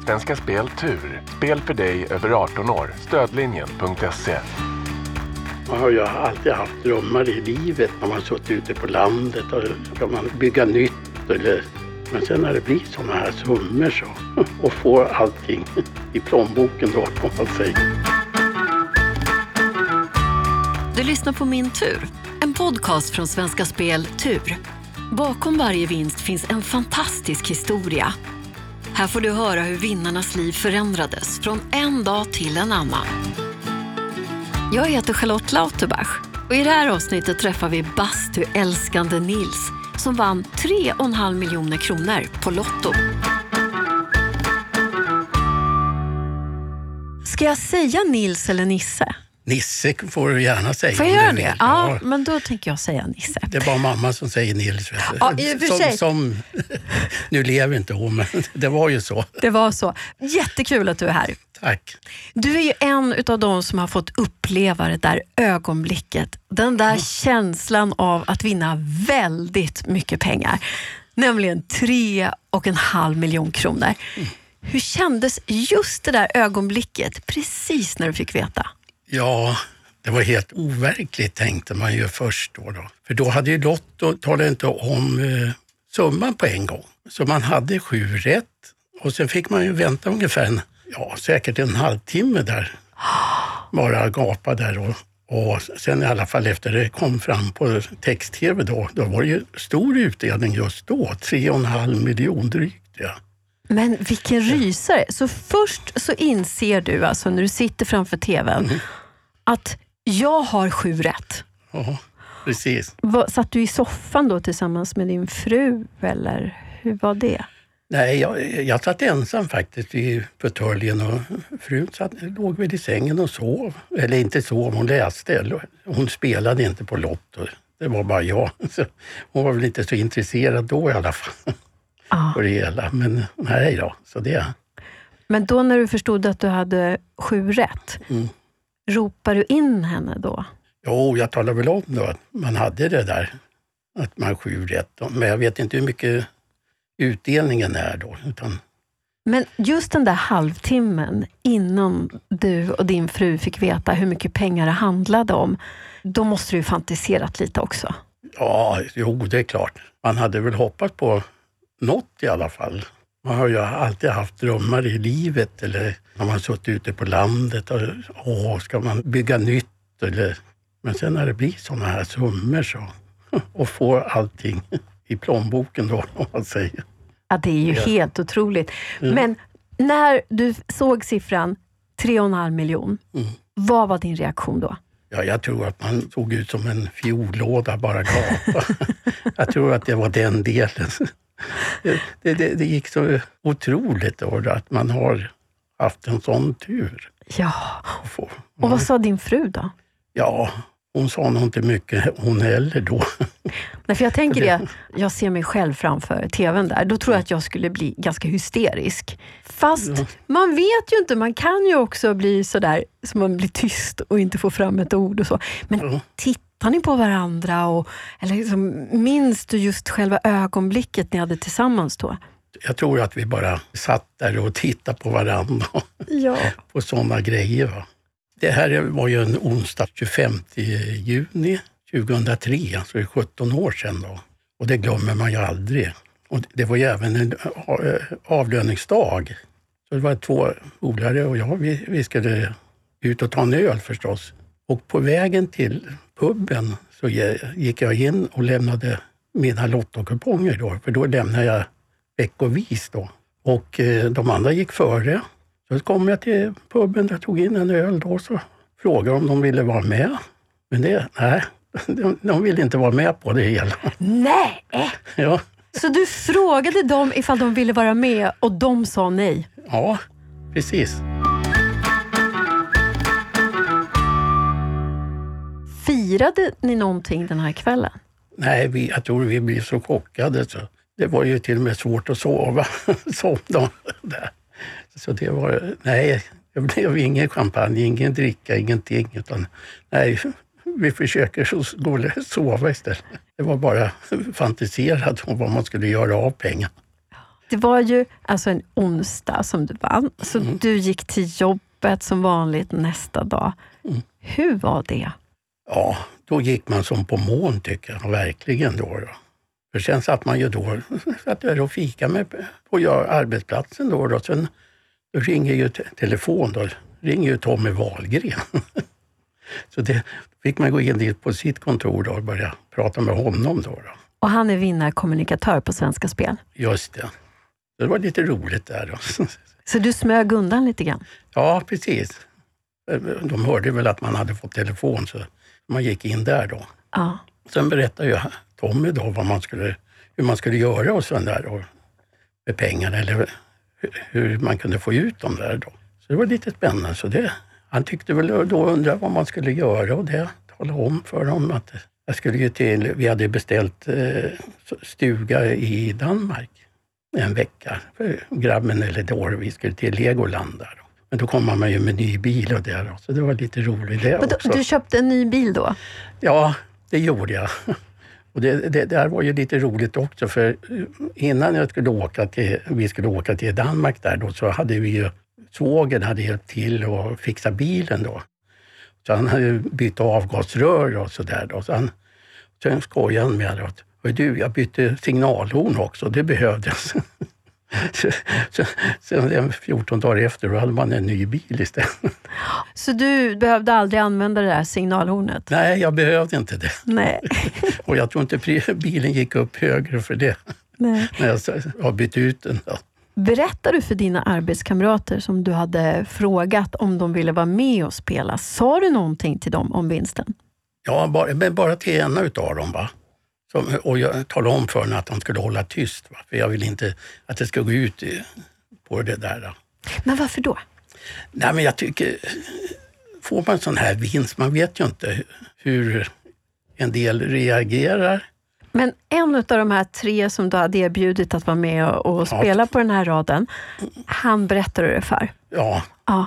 Svenska Spel Tur. Spel för dig över 18 år. Stödlinjen.se. Man har ju alltid haft drömmar i livet när man suttit ute på landet och ska man bygga nytt eller... Men sen när det blir sådana här summor så och får allting i plånboken då kan man säga. Du lyssnar på Min tur, en podcast från Svenska Spel Tur. Bakom varje vinst finns en fantastisk historia. Här får du höra hur vinnarnas liv förändrades från en dag till en annan. Jag heter Charlotte Lauterbach och i det här avsnittet träffar vi bastuälskande Nils som vann 3,5 miljoner kronor på Lotto. Ska jag säga Nils eller Nisse? Nisse får du gärna säga. Får jag göra det? Ja, men då tänker jag säga Nisse. Det är bara mamma som säger Nils. Ja, i och för sig. Som nu lever inte hon, men det var ju så. Det var så. Jättekul att du är här. Tack. Du är ju en av de som har fått uppleva det där ögonblicket. Den där känslan av att vinna väldigt mycket pengar. Nämligen 3,5 miljoner kronor. Hur kändes just det där ögonblicket precis när du fick veta? Ja, det var helt overkligt tänkte man ju först då. För då hade ju Lotto talat inte om summan på en gång. Så man hade 7 rätt och sen fick man ju vänta ungefär säkert en halvtimme där. Bara gapa där och sen i alla fall efter det kom fram på text-tv då var det ju stor utdelning just då. 3,5 miljoner drygt, ja. Men vilken rysare. Så först så inser du alltså när du sitter framför tvn att jag har 7 rätt. Ja, precis. Satt du i soffan då tillsammans med din fru eller hur var det? Nej, jag satt ensam faktiskt i fåtöljen och frun låg väl i sängen och sov. Eller inte sov, hon läste. Hon spelade inte på Lotto. Det var bara jag. Så hon var väl inte så intresserad då i alla fall. På det hela. Men nej då, så det. Men då när du förstod att du hade 7 rätt, ropar du in henne då? Jo, jag talade väl om då att man hade det där, att man 7 rätt. Men jag vet inte hur mycket utdelningen är då. Men just den där halvtimmen innan du och din fru fick veta hur mycket pengar det handlade om, då måste du ju fantiserat lite också. Ja, jo, det är klart. Man hade väl hoppats på något i alla fall. Man har ju alltid haft drömmar i livet eller när man suttit ute på landet och ska man bygga nytt eller... Men sen när det blir sådana här summor så och får allting i plånboken då om man säger. Ja, det är ju helt otroligt. Men när du såg siffran 3,5 miljoner, vad var din reaktion då? Ja, jag tror att man såg ut som en fiollåda bara gapa. Jag tror att det var den delen. Det gick så otroligt då, att man har haft en sån tur. Ja, och vad sa din fru då? Ja, hon sa nog inte mycket hon heller då. Nej, för jag tänker det, jag ser mig själv framför tvn där. Då tror jag att jag skulle bli ganska hysterisk. Fast man vet ju inte, man kan ju också bli sådär som man blir tyst och inte får fram ett ord och så. Men tittar ni på varandra eller liksom, minns du just själva ögonblicket ni hade tillsammans då? Jag tror att vi bara satt där och tittade på varandra på sådana grejer. Va? Det här var ju en onsdag 25 juni 2003, alltså det är 17 år sedan då. Och det glömmer man ju aldrig. Och det var ju även en avlöningsdag. Så det var 2 polare och jag, vi skulle ut och ta en öl förstås. Och på vägen till puben så gick jag in och lämnade mina lottokuponger då. För då lämnade jag veckovis då. Och de andra gick före. Så kom jag till puben där, tog in en öl då, så frågade om de ville vara med. Men de ville inte vara med på det hela. Nej! Ja. Så du frågade dem ifall de ville vara med och de sa nej? Ja, precis. Firade ni någonting den här kvällen? Nej, jag tror vi blev så chockade så det var ju till och med svårt att sova som de där. Så det var, det blev ingen champagne, ingen dricka, ingenting. Utan vi försöker sova istället. Det var bara fantiserat om vad man skulle göra av pengar. Det var ju alltså en onsdag som du vann. Så du gick till jobbet som vanligt nästa dag. Hur var det? Ja, då gick man som på mån tycker jag. Verkligen då. För sen satt man ju då och fika med på arbetsplatsen då. Sen då ringer ju telefon då. Ringer ju Tommy Wahlgren. Så det fick man gå in dit på sitt kontor då och börja prata med honom då. Och han är vinnarkommunikatör på Svenska Spel. Just det. Det var lite roligt där då. Så du smög undan lite grann? Ja, precis. De hörde väl att man hade fått telefon så man gick in där då. Ja. Sen berättade ju Tommy då hur man skulle göra och sånt där då, med pengarna eller hur man kunde få ut dem där då. Så det var lite spännande. Så han tyckte väl då undra vad man skulle göra och det talade om för dem att jag skulle ju vi hade beställt stuga i Danmark en vecka för grabben eller då vi skulle till Legoland där. Men då kom man ju med ny bil och det då, så det var lite roligt det också. Du köpte en ny bil då? Ja, det gjorde jag. Och det där var ju lite roligt också för innan vi skulle åka till Danmark där då så hade vi ju svågen hade hjälpt till att fixa bilen då. Så han hade bytt avgasrör och sådär då. Sen skojade han med att jag bytte signalhorn också, det behövdes. Sen 14 dagar efter då hade man en ny bil istället. Så du behövde aldrig använda det där signalhornet? Nej, jag behövde inte det. Nej. Och jag tror inte bilen gick upp högre för det. Nej. När jag har bytt ut den då. Berättar du för dina arbetskamrater som du hade frågat om de ville vara med och spela? Sa du någonting till dem om vinsten? Ja, men bara till en utav dem va. Och jag talade om för henne att de skulle hålla tyst. Va? För jag vill inte att det ska gå ut på det där. Då. Men varför då? Nej, men jag tycker, får man sån här vinst, man vet ju inte hur en del reagerar. Men en av de här 3 som du hade erbjudit att vara med och spela på den här raden, han berättade det för. Ja.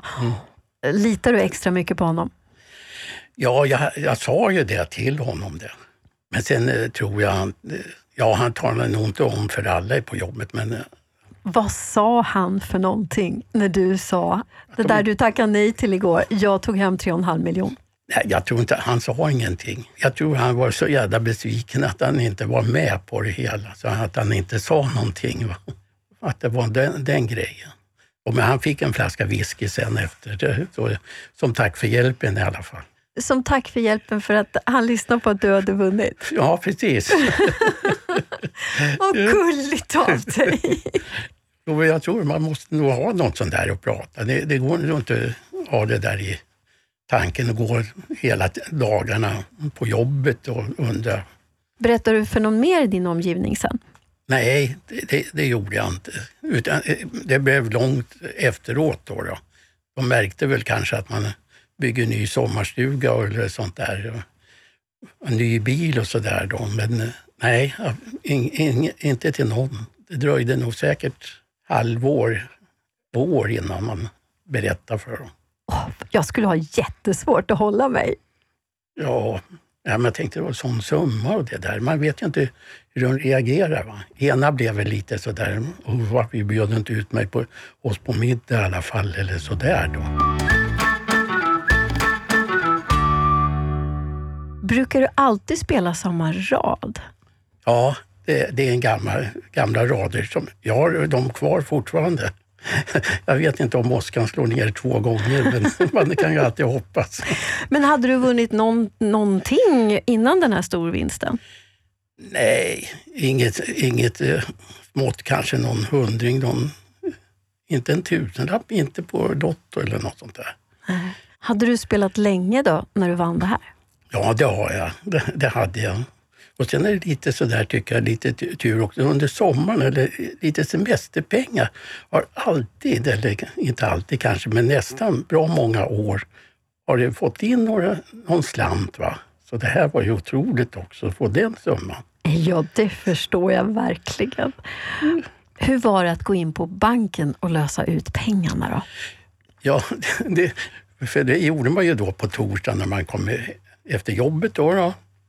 Litar du extra mycket på honom? Ja, jag sa ju det till honom det. Men sen tror jag, han talade nog inte om för alla på jobbet. Men vad sa han för någonting när du sa, det där du tackade nej till igår, jag tog hem 3,5 miljoner? Nej, jag tror inte, han sa ingenting. Jag tror han var så jävla besviken att han inte var med på det hela. Så att han inte sa någonting. Va? Att det var den grejen. Men han fick en flaska whisky sen efter. Så, som tack för hjälpen i alla fall. Som tack för hjälpen för att han lyssnade på att du hade vunnit. Ja, precis. Vad gulligt av dig. Jag tror man måste nog ha något sånt där att prata. Det går nog inte att ha det där i tanken och gå hela dagarna på jobbet och undra. Berättar du för någon mer i din omgivning sen? Nej, det gjorde jag inte. Utan det blev långt efteråt då. De märkte väl kanske att man bygger en ny sommarstuga eller sånt där. En ny bil och sådär då. Men nej, inte till någon. Det dröjde nog säkert år innan man berättade för dem. Jag skulle ha jättesvårt att hålla mig. Ja, men jag tänkte det var sån summa och det där. Man vet ju inte hur de reagerar. Va? Ena blev väl lite sådär, vi bjöd inte ut mig oss på middag i alla fall eller sådär då. Brukar du alltid spela samma rad? Ja, det är en gamla rader som jag har dem kvar fortfarande. Jag vet inte om Oskar slår ner 2 gånger, men man kan ju alltid hoppas. Men hade du vunnit någonting innan den här storvinsten? Nej, inget smått, kanske någon 100, inte en 1000-lapp, inte på Lotto eller något sånt där. Hade du spelat länge då när du vann det här? Ja, det har jag. Det hade jag. Och sen är det lite sådär, tycker jag, lite tur också. Under sommaren, eller lite semesterpengar, har alltid, eller inte alltid kanske, men nästan bra många år har det fått in någon slant. Va? Så det här var ju otroligt också, att få den summan. Ja, det förstår jag verkligen. Hur var det att gå in på banken och lösa ut pengarna då? Ja, för det gjorde man ju då på torsdag när man kom efter jobbet då.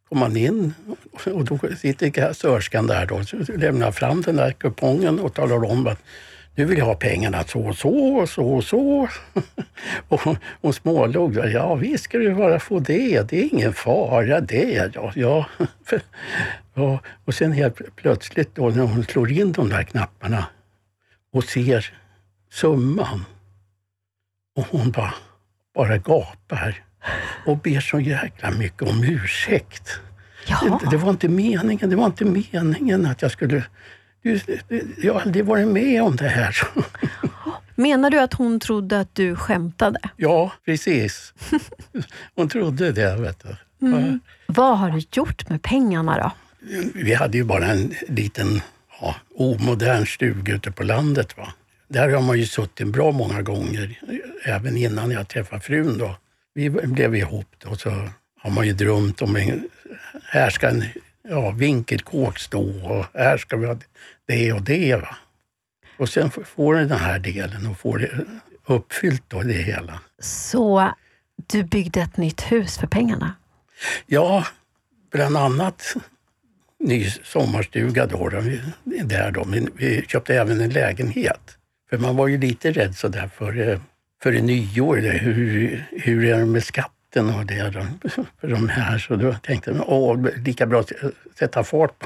kom man in och då sitter kassörskan där då. Så lämnar fram den där kupongen och talar om att nu vill jag ha pengarna så. Och smålog. Ja, visst ska du bara få det. Det är ingen fara det. Ja. Och sen helt plötsligt då när hon slår in de där knapparna och ser summan. Och hon bara gapar och ber så jäkla mycket om ursäkt. Ja. Det var inte meningen att jag skulle... Jag har aldrig varit med om det här. Menar du att hon trodde att du skämtade? Ja, precis. Hon trodde det, vet du. Mm. Vad har du gjort med pengarna då? Vi hade ju bara en liten omodern stuga ute på landet. Va? Där har man ju suttit bra många gånger, även innan jag träffade frun. Då. Vi blev ihop då, så har man ju drömt om här ska en vinkelkåk stå och här ska vi ha det och det. Va? Och sen får den här delen och får det uppfyllt då, det hela. Så du byggde ett nytt hus för pengarna? Ja, bland annat ny sommarstuga då. Vi köpte även en lägenhet. För man var ju lite rädd så där för nyår. Hur är det med skatten och det då, för de här. Så då tänkte jag, lika bra att sätta fart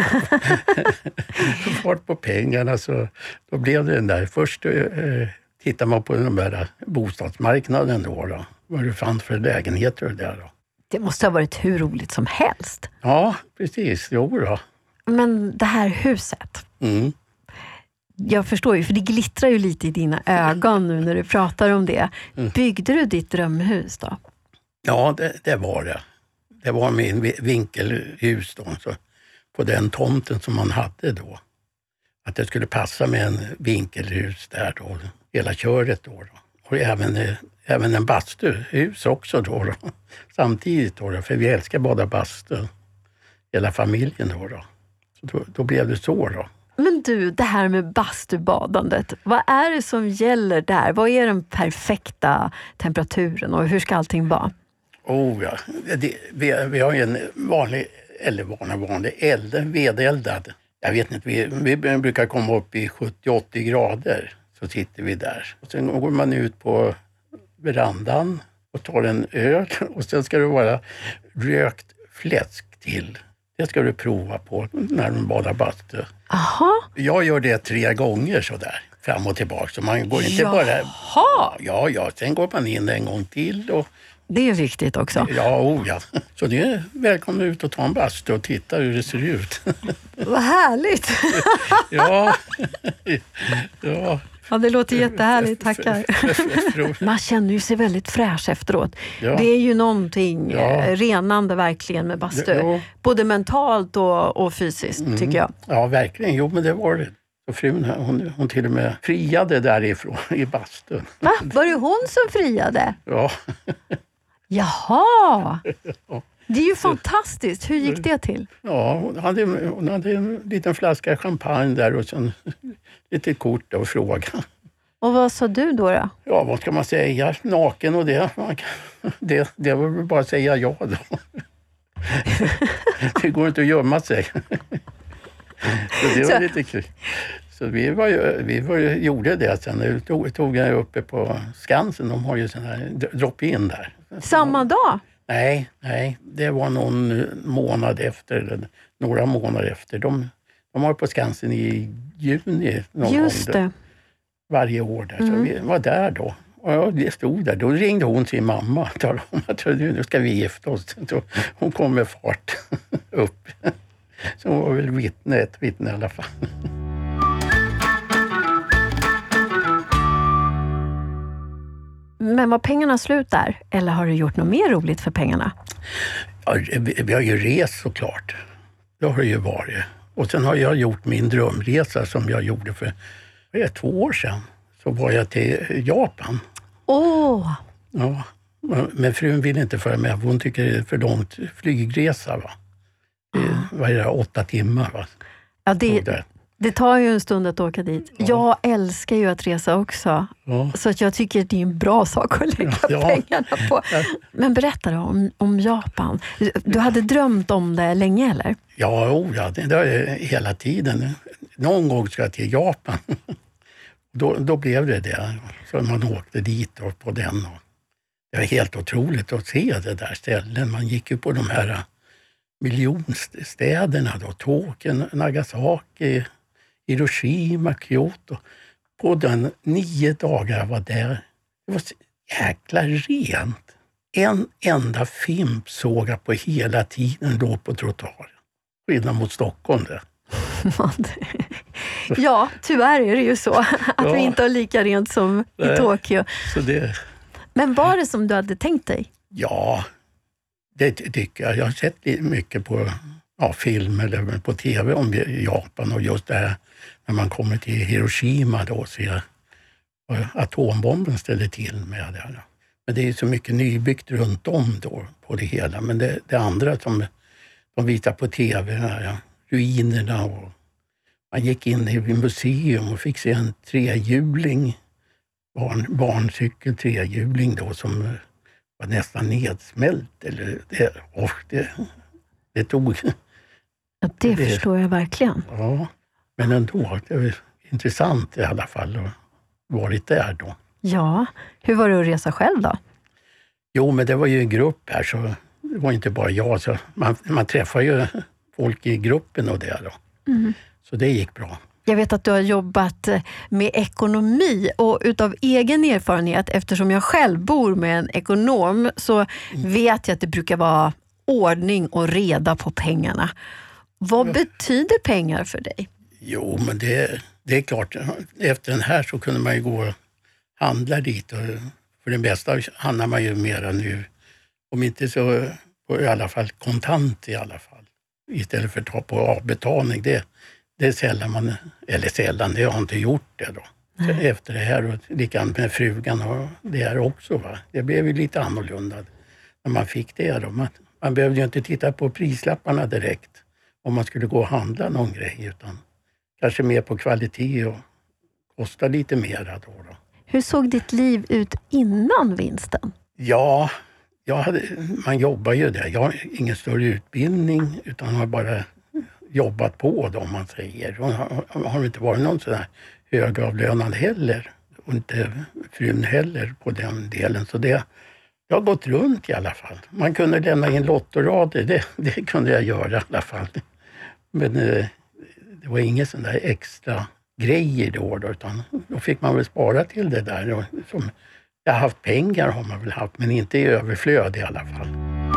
på pengarna. Så då blev det den där. Först tittar man på den där bostadsmarknaden då. Vad det fanns för lägenheter och det då. Det måste ha varit hur roligt som helst. Ja, precis. Jo då. Men det här huset. Mm. Jag förstår ju, för det glittrar ju lite i dina ögon nu när du pratar om det. Mm. Byggde du ditt drömhus då? Ja, det var det. Det var min vinkelhus då. Så på den tomten som man hade då. Att det skulle passa med en vinkelhus där då. Hela köret då. Och även en bastuhus också då. Samtidigt då. För vi älskar bada bastu. Hela familjen då. Så då blev det så då. Men du, det här med bastubadandet, vad är det som gäller där? Vad är den perfekta temperaturen och hur ska allting vara? Vi har ju en vanlig vedeldad. Jag vet inte, vi brukar komma upp i 70-80 grader, så sitter vi där. Och sen går man ut på verandan och tar en öl och sen ska det vara rökt fläsk till. Det ska du prova på när du badar bastu. Aha. Jag gör det 3 gånger så där, fram och tillbaka. Så man går inte bara... Ja, sen går man in en gång till. Och... Det är viktigt också. Ja. Så det är välkommen ut och ta en bastu och titta hur det ser ut. Vad härligt! Ja. Ja, det låter jättehärligt, tackar. Man känner ju sig väldigt fräsch efteråt. Ja. Det är ju någonting renande verkligen med bastu. Ja. Både mentalt och fysiskt, tycker jag. Ja, verkligen. Jo, men det var det. Och frun, hon till och med friade därifrån i bastun. Va? Var det hon som friade? Ja. Jaha! Det är ju fantastiskt. Hur gick det till? Ja, hon hade en liten flaska champagne där och sen lite kort och fråga. Och vad sa du då? Ja, vad ska man säga? Naken och det. Det var väl bara att säga ja då. Det går inte att gömma sig. Så det var lite kul. Så vi gjorde det sen. Tog jag uppe på Skansen. De har ju sån här drop-in där. Samma dag? Nej. Det var någon månad efter, eller några månader efter. De var på Skansen i juni någon Just gång. Det. Varje år där. Så vi var där då. Och det stod där. Då ringde hon sin mamma och talade om att nu ska vi gifta oss. Så hon kom med fart upp. Så hon var väl ett vittne i alla fall. Men var pengarna slut där? Eller har du gjort något mer roligt för pengarna? Ja, vi har ju rest såklart. Det har det ju varit. Och sen har jag gjort min drömresa som jag gjorde för 2 år sedan. Så var jag till Japan. Ja, men frun vill inte följa med. Hon tycker det är för långt flygresa. Va? Det var 8 timmar. Va? Ja, Det tar ju en stund att åka dit. Ja. Jag älskar ju att resa också. Ja. Så att jag tycker att det är en bra sak att lägga pengarna på. Men berätta då om Japan. Du hade drömt om det länge, eller? Ja, det är hela tiden. Någon gång ska jag till Japan. Då blev det. Så man åkte dit och på den. Och det var helt otroligt att se det där ställen. Man gick ju på de här miljonstäderna då. Tokyo, Nagasaki, Hiroshima, Kyoto. På den 9 dagar jag var där. Det var så jäkla rent. En enda fimp såg jag på hela tiden då på trottoaren. Skillnad mot Stockholm det. Ja, tyvärr är det ju så. Att vi inte har lika rent som i Tokyo. Så det... Men var det som du hade tänkt dig? Ja, det tycker jag. Jag har sett mycket på film eller på tv om Japan och just det här när man kommer till Hiroshima då och ser vad atombomben ställer till med det. Men det är så mycket nybyggt runt om då på det hela. Men det andra som de visar på tv, ruinerna och man gick in i museum och fick se en trehjuling, barncykel trehjuling då som var nästan nedsmält. Eller det tog... Ja, det förstår jag verkligen. Ja, men ändå, det var intressant i alla fall att varit där då. Ja, hur var det att resa själv då? Jo, men det var ju en grupp här så det var inte bara jag. Så man träffar ju folk i gruppen och det då. Mm. Så det gick bra. Jag vet att du har jobbat med ekonomi och utav egen erfarenhet, eftersom jag själv bor med en ekonom, så vet jag att det brukar vara ordning och reda på pengarna. Vad betyder pengar för dig? Jo, men det är klart. Efter den här så kunde man ju gå och handla dit. Och för det bästa handlar man ju mera nu. Om inte så i alla fall kontant i alla fall. Istället för att ta på avbetalning. Det är sällan det har inte gjort det då. Efter det här och likadant med frugan och det här också. Va? Det blev ju lite annorlunda när man fick det då. Man behövde ju inte titta på prislapparna direkt om man skulle gå och handla någon grej, utan kanske mer på kvalitet och kosta lite mera då. Hur såg ditt liv ut innan vinsten? Ja, man jobbar ju där. Jag har ingen större utbildning utan har bara jobbat på då, om man säger. Och har inte varit någon sån här högavlönad heller. Och inte frun heller på den delen. Så det har gått runt i alla fall. Man kunde lämna in lottorader, det kunde jag göra i alla fall. Men det var inget sån där extra grejer då, utan då fick man väl spara till det där. Och som jag har haft pengar har man väl haft, men inte i överflöd i alla fall.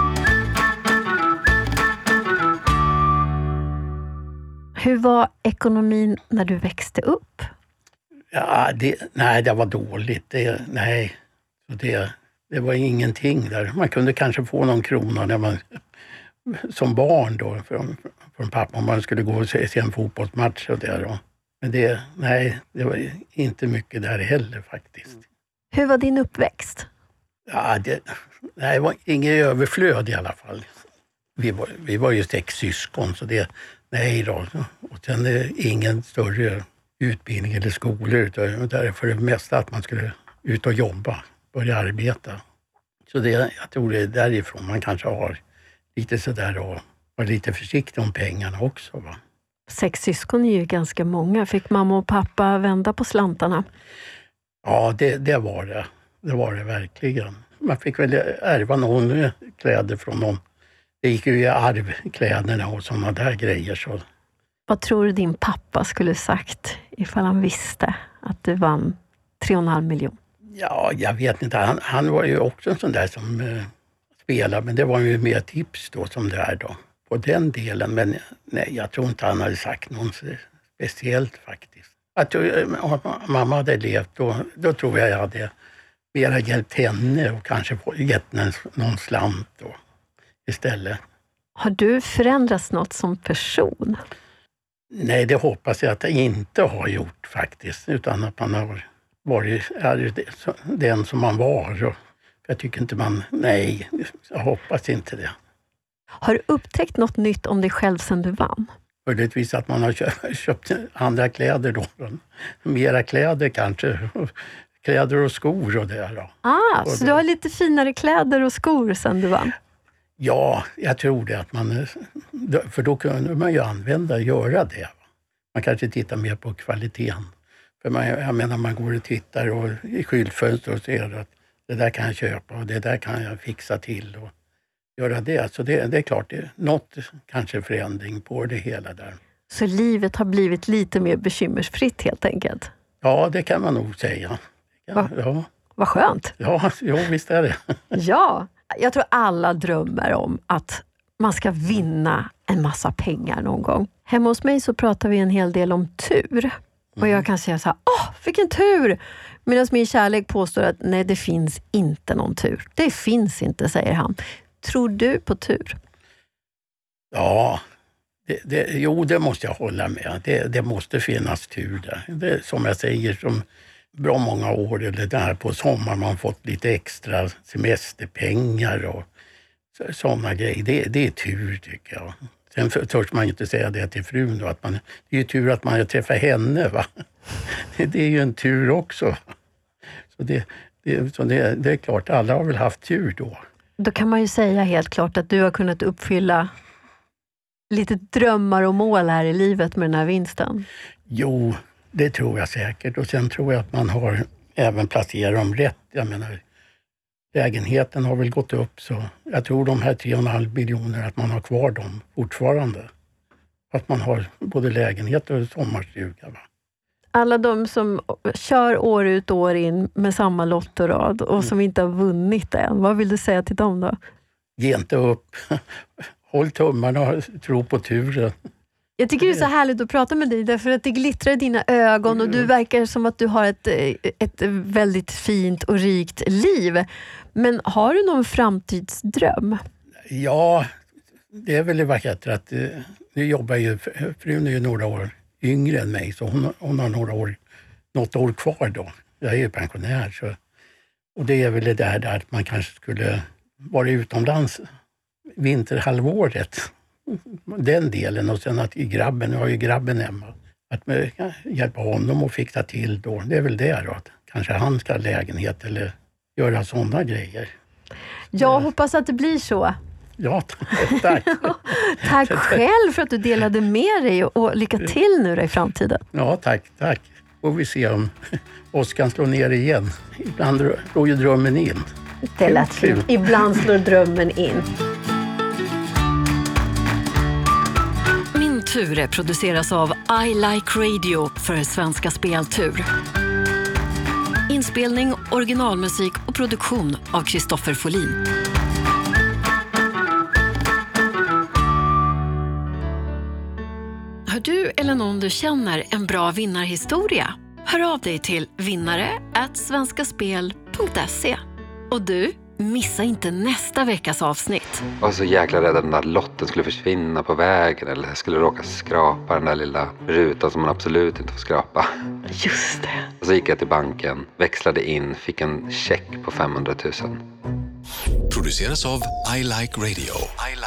Hur var ekonomin när du växte upp? Ja, det var dåligt. Det var ingenting där. Man kunde kanske få någon krona när man som barn då från pappa om man skulle gå och se en fotbollsmatch och det då. Men det var inte mycket där heller faktiskt. Hur var din uppväxt? Ja, det var inget överflöd i alla fall. Vi var ju 6 syskon så det och sen ingen större utbildning eller skolor utan därför det mesta att man skulle ut och jobba, börja arbeta. Så jag tror det är därifrån man kanske har lite sådär och var lite försiktig om pengarna också. Va? 6 syskon är ju ganska många. Fick mamma och pappa vända på slantarna? Ja, det var det. Det var det verkligen. Man fick väl ärva någon kläder från någon. Det gick ju i arv, kläderna och sådana där grejer. Så. Vad tror du din pappa skulle sagt ifall han visste att du vann 3,5 miljoner? Ja, jag vet inte. Han var ju också en sån där som spelade, men det var ju mer tips då som det är då. På den delen, men nej, jag tror inte han hade sagt något speciellt faktiskt. Om mamma hade levt, då tror jag hade mera hjälpt henne och kanske gett någon slant då istället. Har du förändrats något som person? Nej, det hoppas jag att jag inte har gjort faktiskt, utan att man har varit den som man var. Och jag tycker inte jag hoppas inte det. Har du upptäckt något nytt om dig själv sedan du vann? Möjligtvis att man har köpt andra kläder då. Mera kläder kanske. Kläder och skor och det. Då. Så du har lite finare kläder och skor sen du vann? Ja, jag tror det. För då kunde man ju göra det. Man kanske tittar mer på kvaliteten. För man går och tittar och i skyltfönster och ser att det där kan jag köpa och det där kan jag fixa till och göra det. Så det är klart, det är något kanske förändring på det hela där. Så livet har blivit lite mer bekymmersfritt helt enkelt? Ja, det kan man nog säga. Ja. Vad skönt! Ja, visst är det. Ja, jag tror alla drömmer om att man ska vinna en massa pengar någon gång. Hemma hos mig så pratar vi en hel del om tur. Och jag kan säga så här, vilken tur! Medan min kärlek påstår att nej, det finns inte någon tur. Det finns inte, säger han. Tror du på tur? Ja, det måste jag hålla med. Det måste finnas tur där. Det, som jag säger, som bra många år eller där på sommaren man fått lite extra semesterpengar och sådana grejer. Det är tur tycker jag. Sen törs man inte säga det till frun då, att det är ju tur att man träffar henne, va? Det är ju en tur också. Så det är klart, alla har väl haft tur då. Då kan man ju säga helt klart att du har kunnat uppfylla lite drömmar och mål här i livet med den här vinsten. Jo, det tror jag säkert. Och sen tror jag att man har även placerat dem rätt. Jag menar, lägenheten har väl gått upp, så jag tror de här 3,5 miljoner att man har kvar dem fortfarande. Att man har både lägenhet och sommarstuga. Va? Alla de som kör år ut och år in med samma lottorad och som inte har vunnit än, vad vill du säga till dem då? Ge inte upp. Håll tummarna och tro på turen. Jag tycker det är så härligt att prata med dig därför att det glittrar i dina ögon och du verkar som att du har ett väldigt fint och rikt liv. Men har du någon framtidsdröm? Ja, det är väl vad heter att nu jobbar ju frun är ju några år yngre än mig, så hon har något år kvar då. Jag är ju pensionär, så, och det är väl det där att man kanske skulle vara utomlands vinterhalvåret. Den delen, och sen att nu har ju grabben hemma. Att hjälpa honom och fixa till då. Det är väl det då. Att kanske han ska ha lägenhet eller göra sådana grejer. Jag hoppas att det blir så. Ja, tack. Tack själv för att du delade med dig och lycka till nu i framtiden. Ja, tack. Och vi ser om oss kan slå ner igen. Ibland slår ju drömmen in. Det lät kul. Ibland slår drömmen in. Min tur produceras av I Like Radio för Svenska Speltur. Inspelning, originalmusik och produktion av Kristoffer Folin. Har du eller någon du känner en bra vinnarhistoria? Hör av dig till vinnare@svenskaspel.se. Och du, missa inte nästa veckas avsnitt. Jag var så jäkla rädd att den där lotten skulle försvinna på vägen eller jag skulle råka skrapa den där lilla rutan som man absolut inte får skrapa. Just det. Och så gick jag till banken, växlade in, fick en check på 500 000. Produceras av I Like Radio.